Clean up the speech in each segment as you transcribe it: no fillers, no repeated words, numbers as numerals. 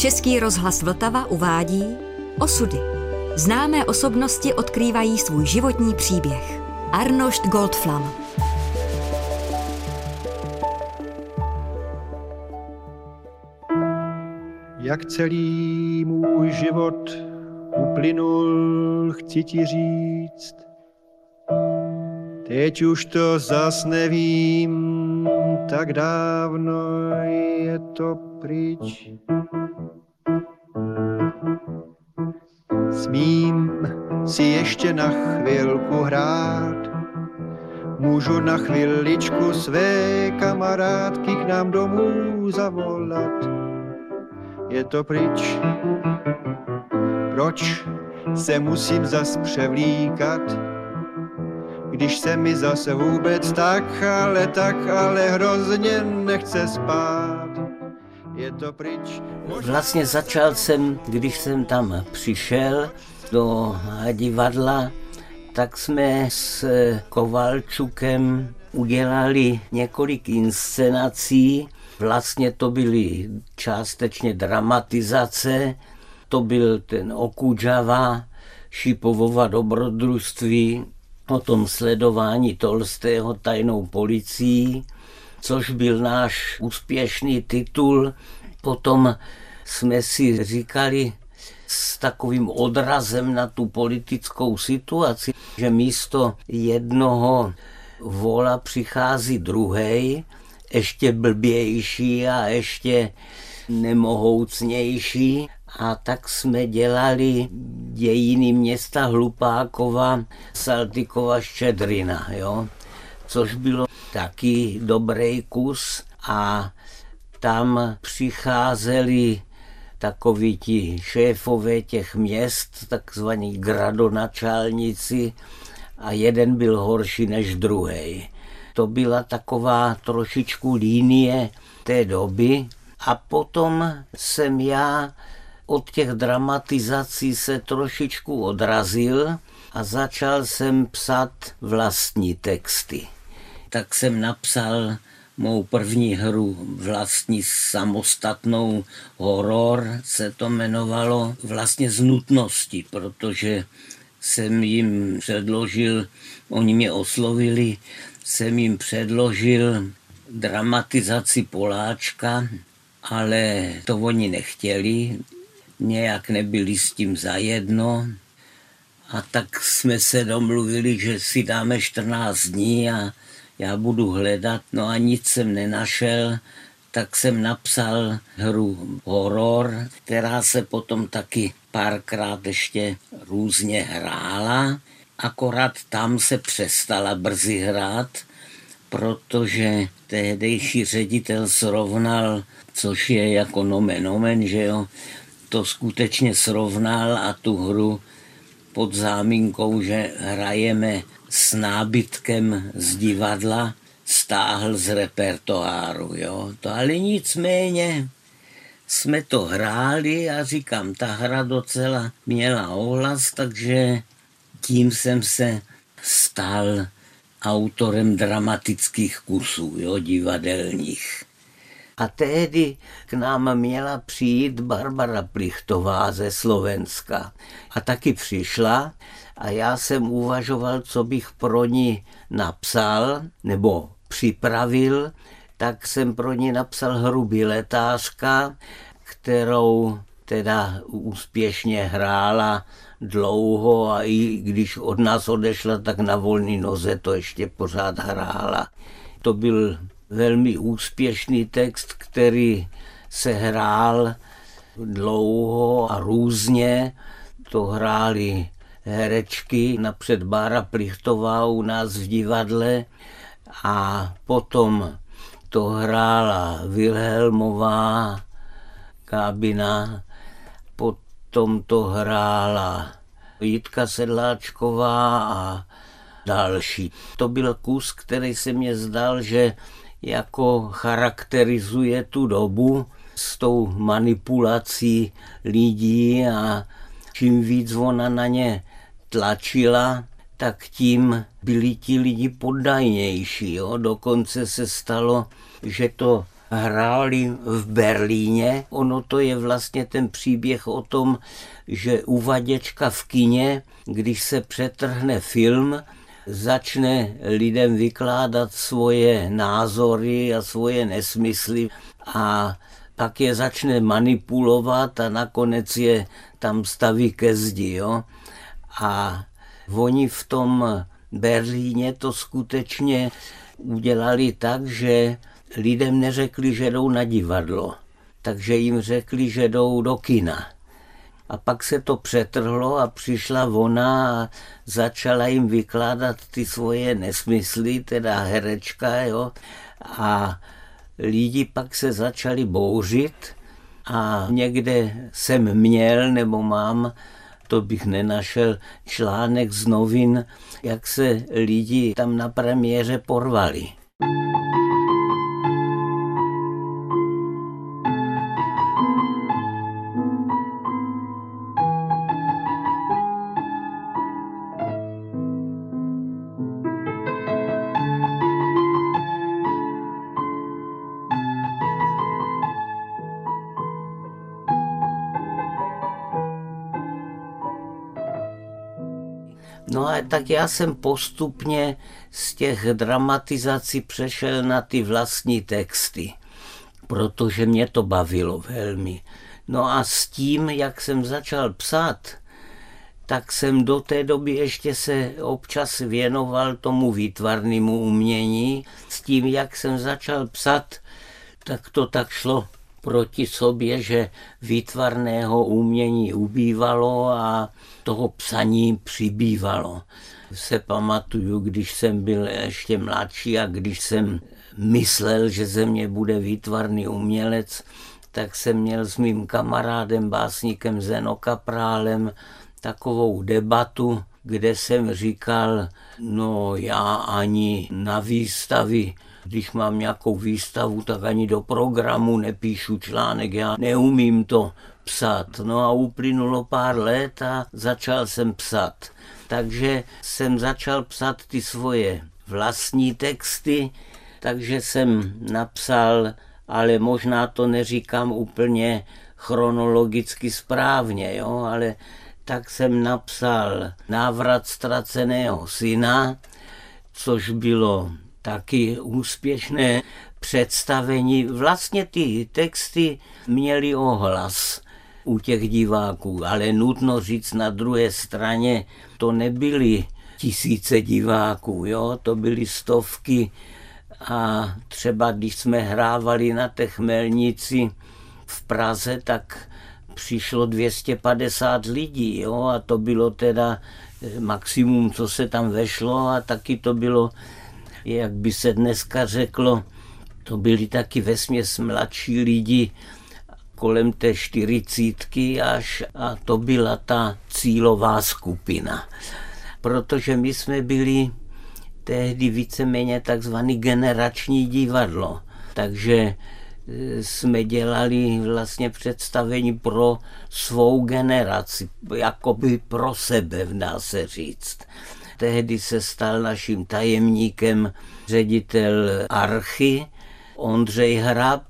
Český rozhlas Vltava uvádí Osudy. Známé osobnosti odkrývají svůj životní příběh. Arnošt Goldflam. Jak celý můj život uplynul, chci ti říct. Teď už to zas nevím, tak dávno je to pryč. Smím si ještě na chvilku hrát, můžu na chviličku své kamarádky k nám domů zavolat. Je to pryč, proč se musím zas převlíkat, když se mi zase vůbec tak ale hrozně nechce spát. Je to pryč. Vlastně začal jsem, když jsem tam přišel do divadla, tak jsme s Kovalčukem udělali několik inscenací. Vlastně to byly částečně dramatizace, to byl ten Okudžava, Šipovova dobrodružství, o tom sledování Tolstého tajnou policií, což byl náš úspěšný titul. Potom jsme si říkali s takovým odrazem na tu politickou situaci, že místo jednoho vola přichází druhej, ještě blbější a ještě nemohoucnější. A tak jsme dělali Dějiny města Hlupákova, Saltykova Ščedrina, jo? Což bylo taky dobrý kus a tam přicházeli takoví ti šéfové těch měst, takzvaní gradonačálníci, a jeden byl horší než druhý. To byla taková trošičku linie té doby a potom jsem já od těch dramatizací se trošičku odrazil a začal jsem psát vlastní texty. Tak jsem napsal mou první hru, vlastní samostatnou horor, se to jmenovalo, vlastně z nutnosti, protože jsem jim předložil, oni mě oslovili, jsem jim předložil dramatizaci Poláčka, ale to oni nechtěli, nějak nebyli s tím zajedno. A tak jsme se domluvili, že si dáme 14 dní a já budu hledat. No a nic jsem nenašel, tak jsem napsal hru horor, která se potom taky párkrát ještě různě hrála. Akorát tam se přestala brzy hrát, protože tehdejší ředitel srovnal, což je jako nomen omen, že jo, to skutečně srovnal a tu hru pod záminkou, že hrajeme s nábytkem z divadla, stáhl z repertoáru, jo. To ale nicméně jsme to hráli a říkám, ta hra docela měla ohlas, takže tím jsem se stal autorem dramatických kusů, jo, divadelních. A tehdy k nám měla přijít Barbara Plichtová ze Slovenska. A taky přišla a já jsem uvažoval, co bych pro ní napsal nebo připravil, tak jsem pro ní napsal hru Biletářka, kterou teda úspěšně hrála dlouho a i když od nás odešla, tak na volné noze to ještě pořád hrála. To byl velmi úspěšný text, který se hrál dlouho a různě. To hráli herečky, napřed Bára Plichtová u nás v divadle a potom to hrála Vilhelmová, Gábina, potom to hrála Jitka Sedláčková a další. To byl kus, který se mně zdal, že jako charakterizuje tu dobu s tou manipulací lidí a čím víc ona na ně tlačila, tak tím byli ti lidi poddajnější. Jo? Dokonce se stalo, že to hráli v Berlíně. Ono to je vlastně ten příběh o tom, že uvaděčka v kině, když se přetrhne film, začne lidem vykládat svoje názory a svoje nesmysly a pak je začne manipulovat a nakonec je tam staví ke zdi. Jo? A oni v tom Berlíně to skutečně udělali tak, že lidem neřekli, že jdou na divadlo, takže jim řekli, že jdou do kina. A pak se to přetrhlo a přišla ona a začala jim vykládat ty svoje nesmysly, teda herečka, jo. A lidi pak se začali bouřit a někde jsem měl nebo mám, to bych nenašel, článek z novin, jak se lidi tam na premiéře porvali. No a tak já jsem postupně z těch dramatizací přešel na ty vlastní texty, protože mě to bavilo velmi. No a s tím, jak jsem začal psát, tak jsem do té doby ještě se občas věnoval tomu výtvarnému umění. S tím, jak jsem začal psát, tak to tak šlo proti sobě, že výtvarného umění ubývalo a toho psaní přibývalo. Se pamatuju, když jsem byl ještě mladší a když jsem myslel, že ze mě bude výtvarný umělec, tak jsem měl s mým kamarádem, básníkem Zeno Kaprálem, takovou debatu, kde jsem říkal, no já ani na výstavy, když mám nějakou výstavu, tak ani do programu nepíšu článek, já neumím to psát. No a uplynulo pár let a začal jsem psát. Takže jsem začal psát ty svoje vlastní texty, takže jsem napsal, ale možná to neříkám úplně chronologicky správně, jo, ale tak jsem napsal Návrat ztraceného syna, což bylo taky úspěšné představení. Vlastně ty texty měly ohlas u těch diváků, ale nutno říct na druhé straně, to nebyly tisíce diváků, jo? To byly stovky a třeba když jsme hrávali na té Chmelnici v Praze, tak přišlo 250 lidí, jo? A to bylo teda maximum, co se tam vešlo a taky to bylo, jak by se dneska řeklo, to byli taky vesměs mladší lidi kolem té 40 až a to byla ta cílová skupina. Protože my jsme byli tehdy víceméně takzvaný generační divadlo, takže jsme dělali vlastně představení pro svou generaci, jakoby pro sebe, dá se říct. Tehdy se stal naším tajemníkem ředitel Archy Ondřej Hrab,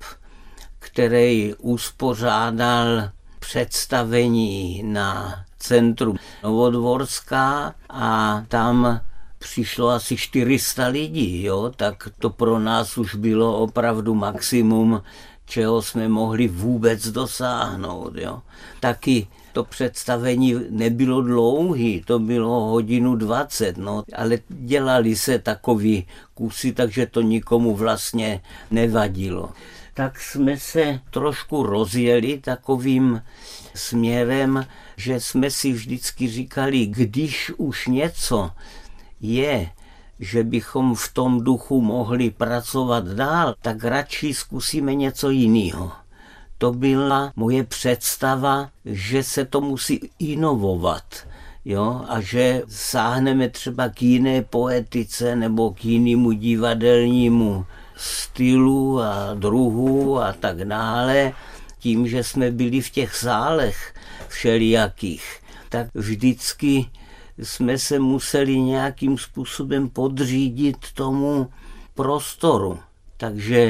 který uspořádal představení na centru Novodvorská a tam přišlo asi 400 lidí, jo? Tak to pro nás už bylo opravdu maximum, čeho jsme mohli vůbec dosáhnout. Jo? Taky to představení nebylo dlouhý, to bylo 1:20, no, ale dělali se takový kusy, takže to nikomu vlastně nevadilo. Tak jsme se trošku rozjeli takovým směrem, že jsme si vždycky říkali, když už něco je, že bychom v tom duchu mohli pracovat dál, tak radši zkusíme něco jiného. To byla moje představa, že se to musí inovovat, jo? A že sáhneme třeba k jiné poetice nebo k jinému divadelnímu stylu a druhu a tak dále. Tím, že jsme byli v těch sálech všelijakých, tak vždycky jsme se museli nějakým způsobem podřídit tomu prostoru. Takže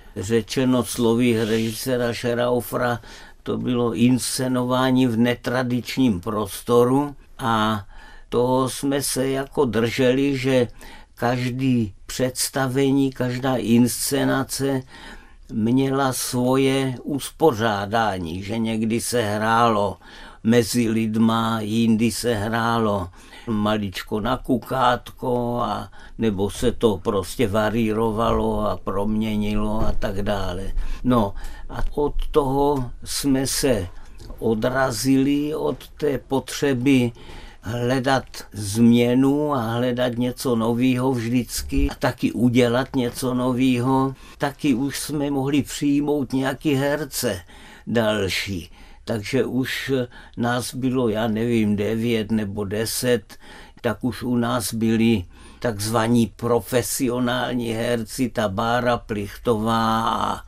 řečeno slovy režiséra Scheraufera, to bylo inscenování v netradičním prostoru a toho jsme se jako drželi, že každý představení, každá inscenace měla svoje uspořádání, že někdy se hrálo mezi lidma, jindy se hrálo maličko na kukátko, a nebo se to prostě varírovalo a proměnilo a tak dále. No a od toho jsme se odrazili, od té potřeby hledat změnu a hledat něco nového vždycky a taky udělat něco nového. Taky už jsme mohli přijmout nějaký herce další. Takže už nás bylo, já nevím, 9 nebo 10, tak už u nás byli takzvaní profesionální herci, ta Bára Plichtová a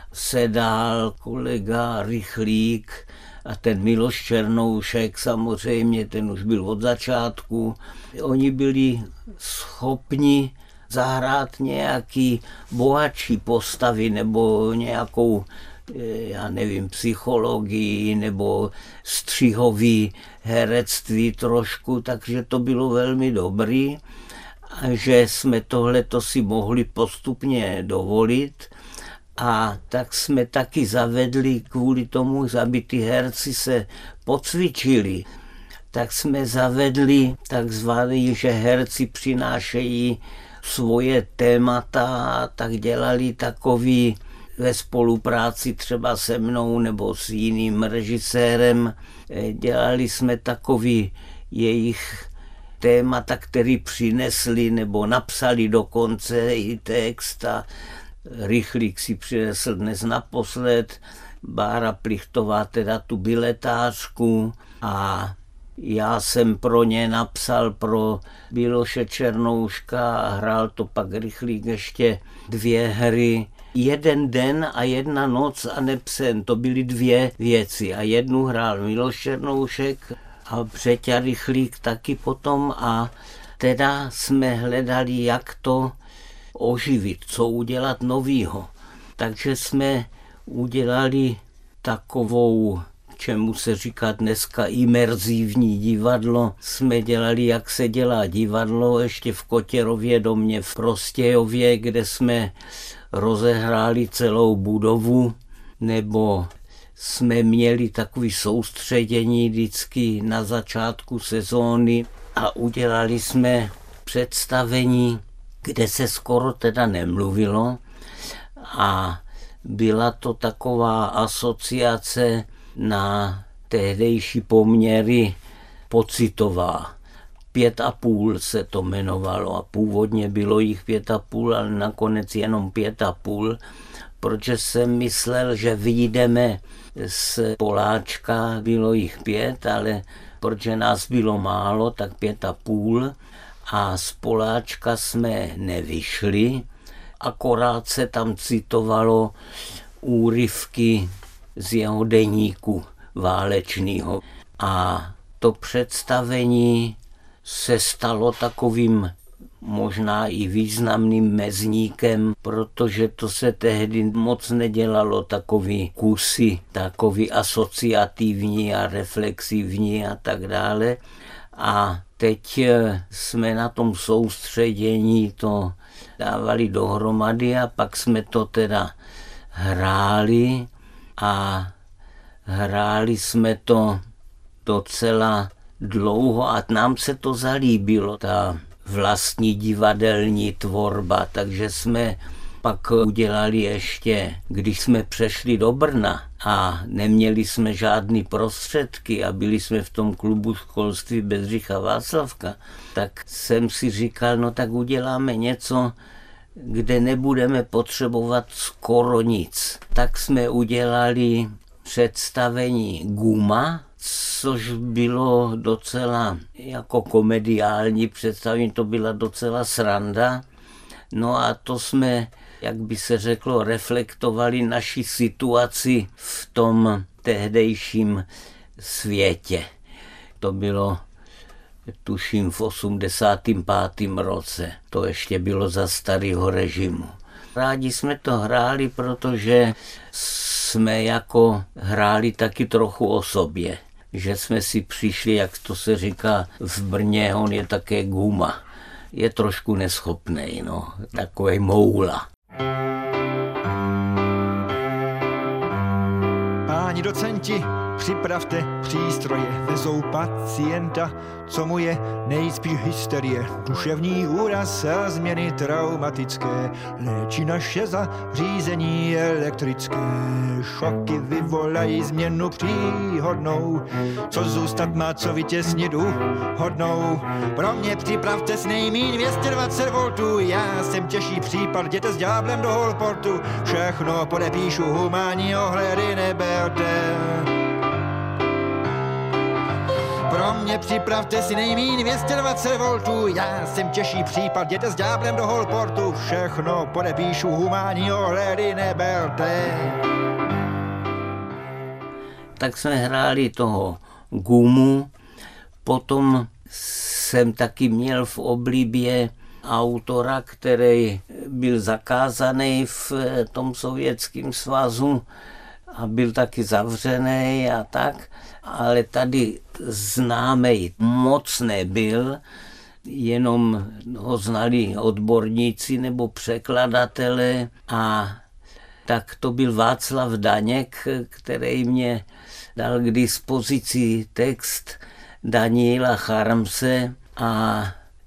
Sedál, kolega Rychlík a ten Miloš Černoušek samozřejmě, ten už byl od začátku. Oni byli schopni zahrát nějaký bohatší postavy nebo nějakou, já nevím, psychologii nebo střihový herectví trošku, takže to bylo velmi dobrý a že jsme tohleto si mohli postupně dovolit. A tak jsme taky zavedli kvůli tomu, aby ty herci se pocvičili, tak jsme zavedli takzvaný, že herci přinášejí svoje témata a tak dělali takový ve spolupráci třeba se mnou nebo s jiným režisérem. Dělali jsme takový jejich témata, který přinesli nebo napsali dokonce i text a Rychlík si přinesl dnes naposled, Bára Plichtová teda tu biletářku a já jsem pro ně napsal pro Miloše Černouška a hrál to pak Rychlík ještě 2 hry. Jeden den a jedna noc a nepsen, to byly 2 věci a jednu hrál Miloš Černoušek a Břeťa Rychlík taky potom a teda jsme hledali, jak to oživit, co udělat novýho. Takže jsme udělali takovou, čemu se říká dneska imerzivní divadlo. Jsme dělali, jak se dělá divadlo, ještě v Kotěrově domě v Prostějově, kde jsme rozehráli celou budovu, nebo jsme měli takový soustředění vždycky na začátku sezóny a udělali jsme představení, kde se skoro teda nemluvilo a byla to taková asociace na tehdejší poměry pocitová. 5,5 se to jmenovalo a původně bylo jich 5,5, ale nakonec jenom 5,5, protože jsem myslel, že vyjdeme z Poláčka, bylo jich 5, ale protože nás bylo málo, tak 5,5 a z Poláčka jsme nevyšli, akorát se tam citovalo úryvky z jeho deníku válečného. A to představení se stalo takovým možná i významným mezníkem, protože to se tehdy moc nedělalo, takový kusy, takový asociativní a reflexivní a tak dále. A teď jsme na tom soustředění to dávali dohromady a pak jsme to teda hráli a hráli jsme to docela dlouho a nám se to zalíbilo, ta vlastní divadelní tvorba, takže jsme pak udělali ještě, když jsme přešli do Brna a neměli jsme žádný prostředky a byli jsme v tom klubu školství Bedřicha Václavka, tak jsem si říkal, no tak uděláme něco, kde nebudeme potřebovat skoro nic. Tak jsme udělali představení Guma, což bylo docela jako komediální představení, to byla docela sranda. No a to jsme, jak by se řeklo, reflektovali naši situaci v tom tehdejším světě. To bylo, tuším, v 85. roce. To ještě bylo za starého režimu. Rádi jsme to hráli, protože jsme jako hráli taky trochu o sobě. Že jsme si přišli, jak to se říká v Brně, on je také guma. Je trošku neschopnej, no, takovej moula. Páni docenti, připravte přístroje, vezou pacienta, co mu je nejspíš hysterie, duševní úraz a změny traumatické, léčí naše zařízení elektrické, šoky vyvolají změnu příhodnou, co zůstat má, co vytěsnit hodnou. Pro mě připravte s nejmíň 220 V, já jsem těžší případ, jděte s ďáblem do holportu, všechno podepíšu, humánní ohledy neberte. Pro mě připravte si nejmíň 220 V, já jsem těžší případ, jděte s ďáblem do holportu, všechno podepíšu, humánní ohledy neberte. Tak jsme hráli toho gumu, potom jsem taky měl v oblibě autora, který byl zakázaný v tom Sovětském svazu a byl taky zavřený a tak, ale tady známej moc nebyl, jenom ho znali odborníci nebo překladatelé a tak to byl Václav Daněk, který mě dal k dispozici text Daniela Charmse a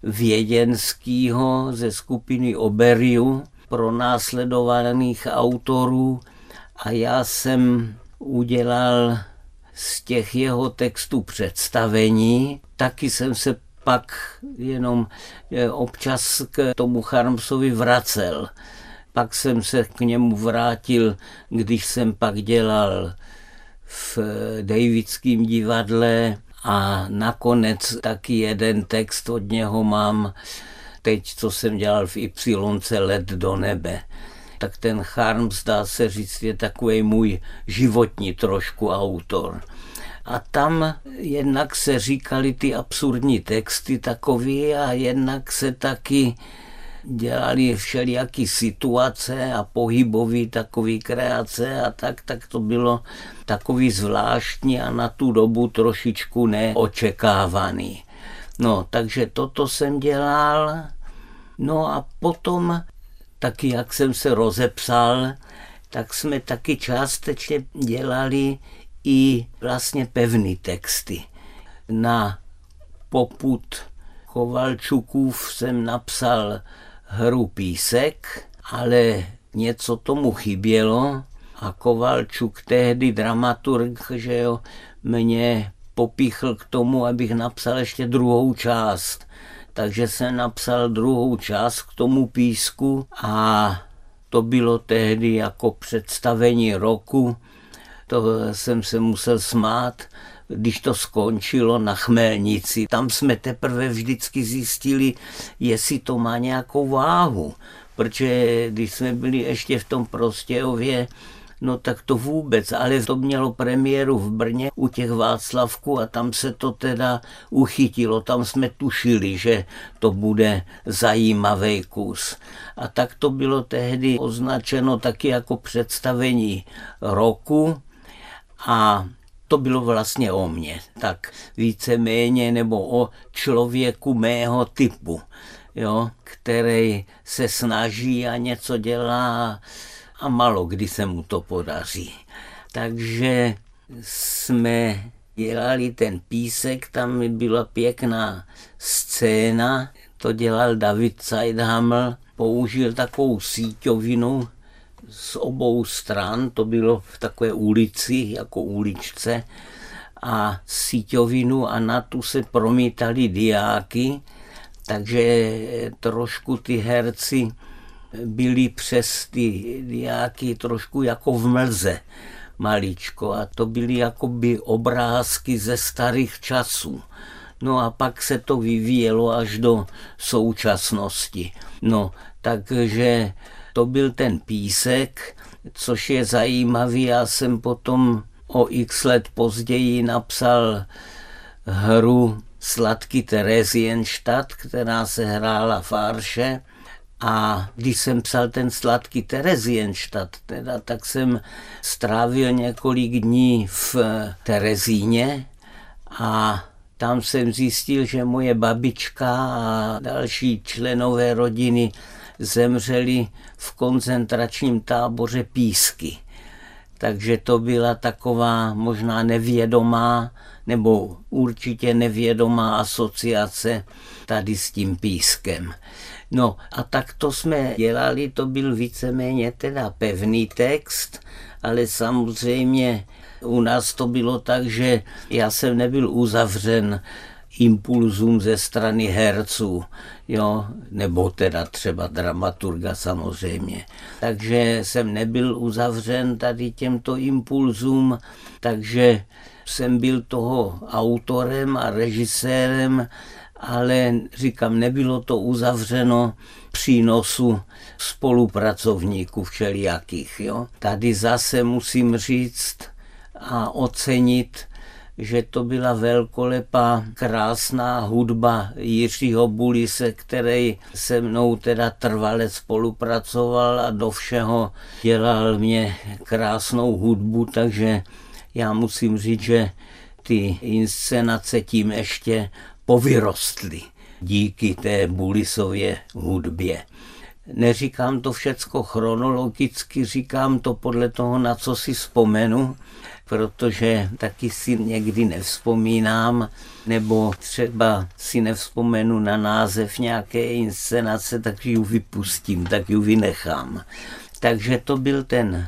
Věděnskýho ze skupiny Oberiu pro následovaných autorů a já jsem udělal z těch jeho textů představení. Taky jsem se pak jenom občas k tomu Charmsovi vracel. Pak jsem se k němu vrátil, když jsem pak dělal v Davidském divadle a nakonec taky jeden text od něho mám teď, co jsem dělal v Y Let do nebe. Tak ten Charms, dá se říct, je takový můj životní trošku autor. A tam jednak se říkali ty absurdní texty takový a jednak se taky dělali všelijaký situace a pohybový takový kreace a tak to bylo takový zvláštní a na tu dobu trošičku neočekávaný. No, takže toto jsem dělal. No a potom taky, jak jsem se rozepsal, tak jsme taky částečně dělali i vlastně pevný texty. Na popud Kovalčukův jsem napsal hru Písek, ale něco tomu chybělo a Kovalčuk, tehdy dramaturg, že jo, mě popíchl k tomu, abych napsal ještě druhou část. Takže jsem napsal druhou část k tomu Písku a to bylo tehdy jako představení roku. To jsem se musel smát, když to skončilo na Chmelnici. Tam jsme teprve vždycky zjistili, jestli to má nějakou váhu. Protože když jsme byli ještě v tom Prostějově, no tak to vůbec, ale to mělo premiéru v Brně u těch Václavků a tam se to teda uchytilo, tam jsme tušili, že to bude zajímavý kus. A tak to bylo tehdy označeno taky jako představení roku a to bylo vlastně o mně, tak víceméně nebo o člověku mého typu, jo, který se snaží a něco dělá a málo kdy se mu to podaří. Takže jsme dělali ten Písek, tam byla pěkná scéna, to dělal David Zeidhaml, použil takovou síťovinu z obou stran, to bylo v takové ulici, jako uličce, a síťovinu a na tu se promítali diáky, takže trošku ty herci byli přes ty diáky trošku jako v mlze maličko a to byly jakoby obrázky ze starých časů. No a pak se to vyvíjelo až do současnosti. No, takže to byl ten Písek, což je zajímavý. Já jsem potom o x let později napsal hru Sladký Theresienstadt, která se hrála v Arše A když jsem psal ten Sladký Terezienstadt, tak jsem strávil několik dní v Terezíně a tam jsem zjistil, že moje babička a další členové rodiny zemřeli v koncentračním táboře Písky. Takže to byla taková možná nevědomá, nebo určitě nevědomá asociace tady s tím Pískem. No a tak to jsme dělali, to byl víceméně teda pevný text, ale samozřejmě u nás to bylo tak, že já jsem nebyl uzavřen impulzům ze strany herců, jo, nebo teda třeba dramaturga samozřejmě. Takže jsem nebyl uzavřen tady těmto impulzům, takže jsem byl toho autorem a režisérem, ale říkám, nebylo to uzavřeno přínosu spolupracovníků všelijakých. Jo. Tady zase musím říct a ocenit, že to byla velkolepá, krásná hudba Jiřího Bulise, který se mnou teda trvale spolupracoval a do všeho dělal mě krásnou hudbu, takže já musím říct, že ty inscenace tím ještě povyrostly díky té Bulisově hudbě. Neříkám to všecko chronologicky, říkám to podle toho, na co si vzpomenu, protože taky si někdy nevzpomínám, nebo třeba si nevzpomenu na název nějaké inscenace, tak ji vypustím, tak ji vynechám. Takže to byl ten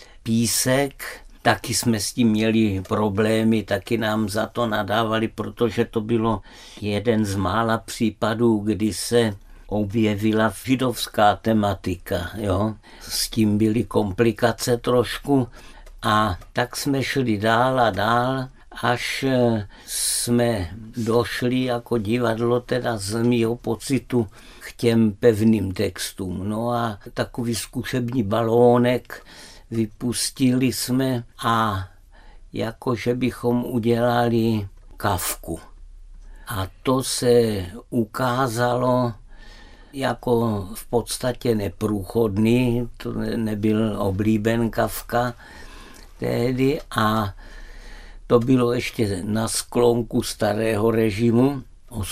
Písek. Taky jsme s tím měli problémy, taky nám za to nadávali, protože to bylo jeden z mála případů, kdy se objevila židovská tematika. Jo? S tím byly komplikace trošku a tak jsme šli dál a dál, až jsme došli jako divadlo teda z mýho pocitu k těm pevným textům. No a takový zkušební balónek vypustili jsme a jakože bychom udělali Kafku. A to se ukázalo jako v podstatě neprůchodný, to nebyl oblíben Kafka tehdy a to bylo ještě na sklonku starého režimu,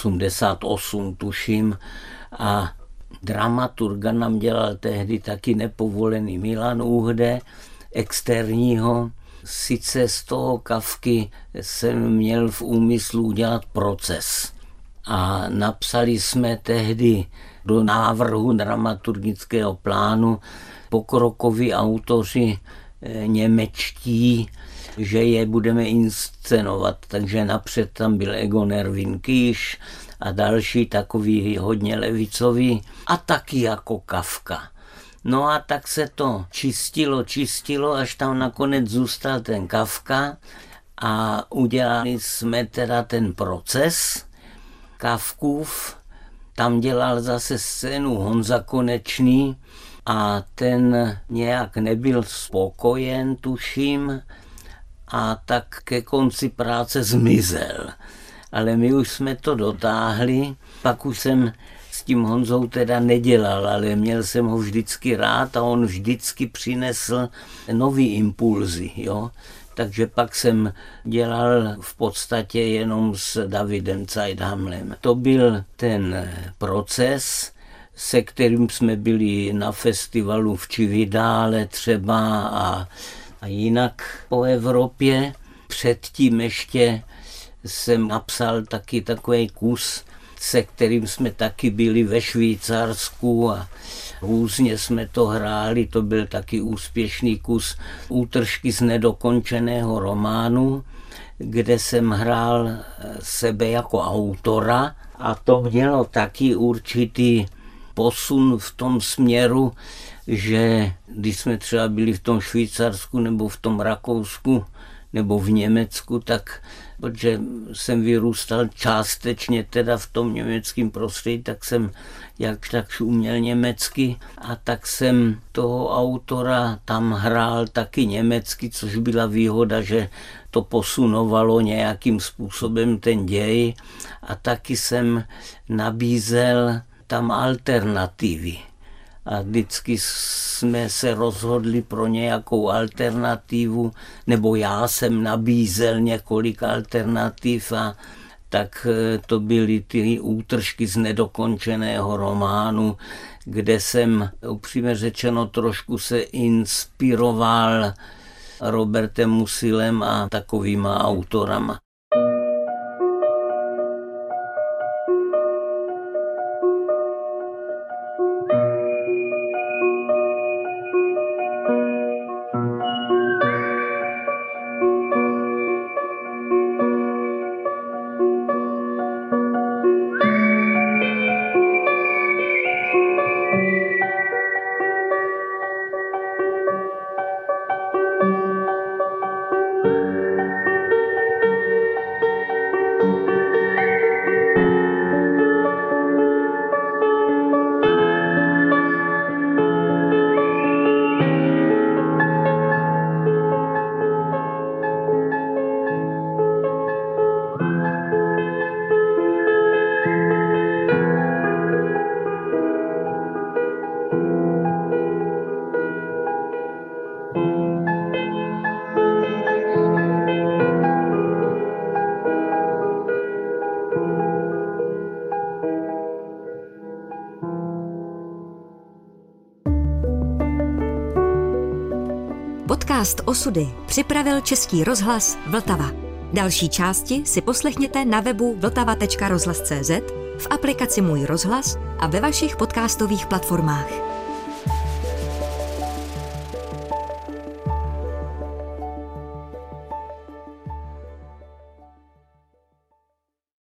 88 tuším, a dramaturga nám dělal tehdy taky nepovolený Milan Uhde, externího. Sice z toho Kafky jsem měl v úmyslu udělat Proces. A napsali jsme tehdy do návrhu dramaturgického plánu pokrokoví autoři němečtí, že je budeme inscenovat. Takže napřed tam byl Egon Erwin Kisch a další takový hodně levicový a taky jako Kafka. No a tak se to čistilo, až tam nakonec zůstal ten Kafka a udělali jsme teda ten Proces Kafkův. Tam dělal zase scénu Honza Konečný a ten nějak nebyl spokojen, tuším, a tak ke konci práce zmizel. Ale my už jsme to dotáhli, pak už jsem s tím Honzou teda nedělal, ale měl jsem ho vždycky rád a on vždycky přinesl nový impulzy, jo. Takže pak jsem dělal v podstatě jenom s Davidem Zeithamlem. To byl ten Proces, se kterým jsme byli na festivalu v Cividále třeba a jinak po Evropě. Předtím ještě jsem napsal taky takový kus, se kterým jsme taky byli ve Švýcarsku a různě jsme to hráli, to byl taky úspěšný kus Útržky z nedokončeného románu, kde jsem hrál sebe jako autora a to mělo taky určitý posun v tom směru, že když jsme třeba byli v tom Švýcarsku nebo v tom Rakousku nebo v Německu, tak protože jsem vyrůstal částečně teda v tom německém prostředí, tak jsem jakž takž uměl německy a tak jsem toho autora tam hrál taky německy, což byla výhoda, že to posunovalo nějakým způsobem ten děj a taky jsem nabízel tam alternativy. a vždycky jsme se rozhodli pro nějakou alternativu, nebo já jsem nabízel několik alternativ a tak to byly ty útržky z nedokončeného románu, kde jsem upřímně řečeno trošku se inspiroval Robertem Musilem a takovýma autorama. Podcast Osudy připravil Český rozhlas Vltava. Další části si poslechněte na webu vltava.rozhlas.cz, v aplikaci Můj rozhlas a ve vašich podcastových platformách.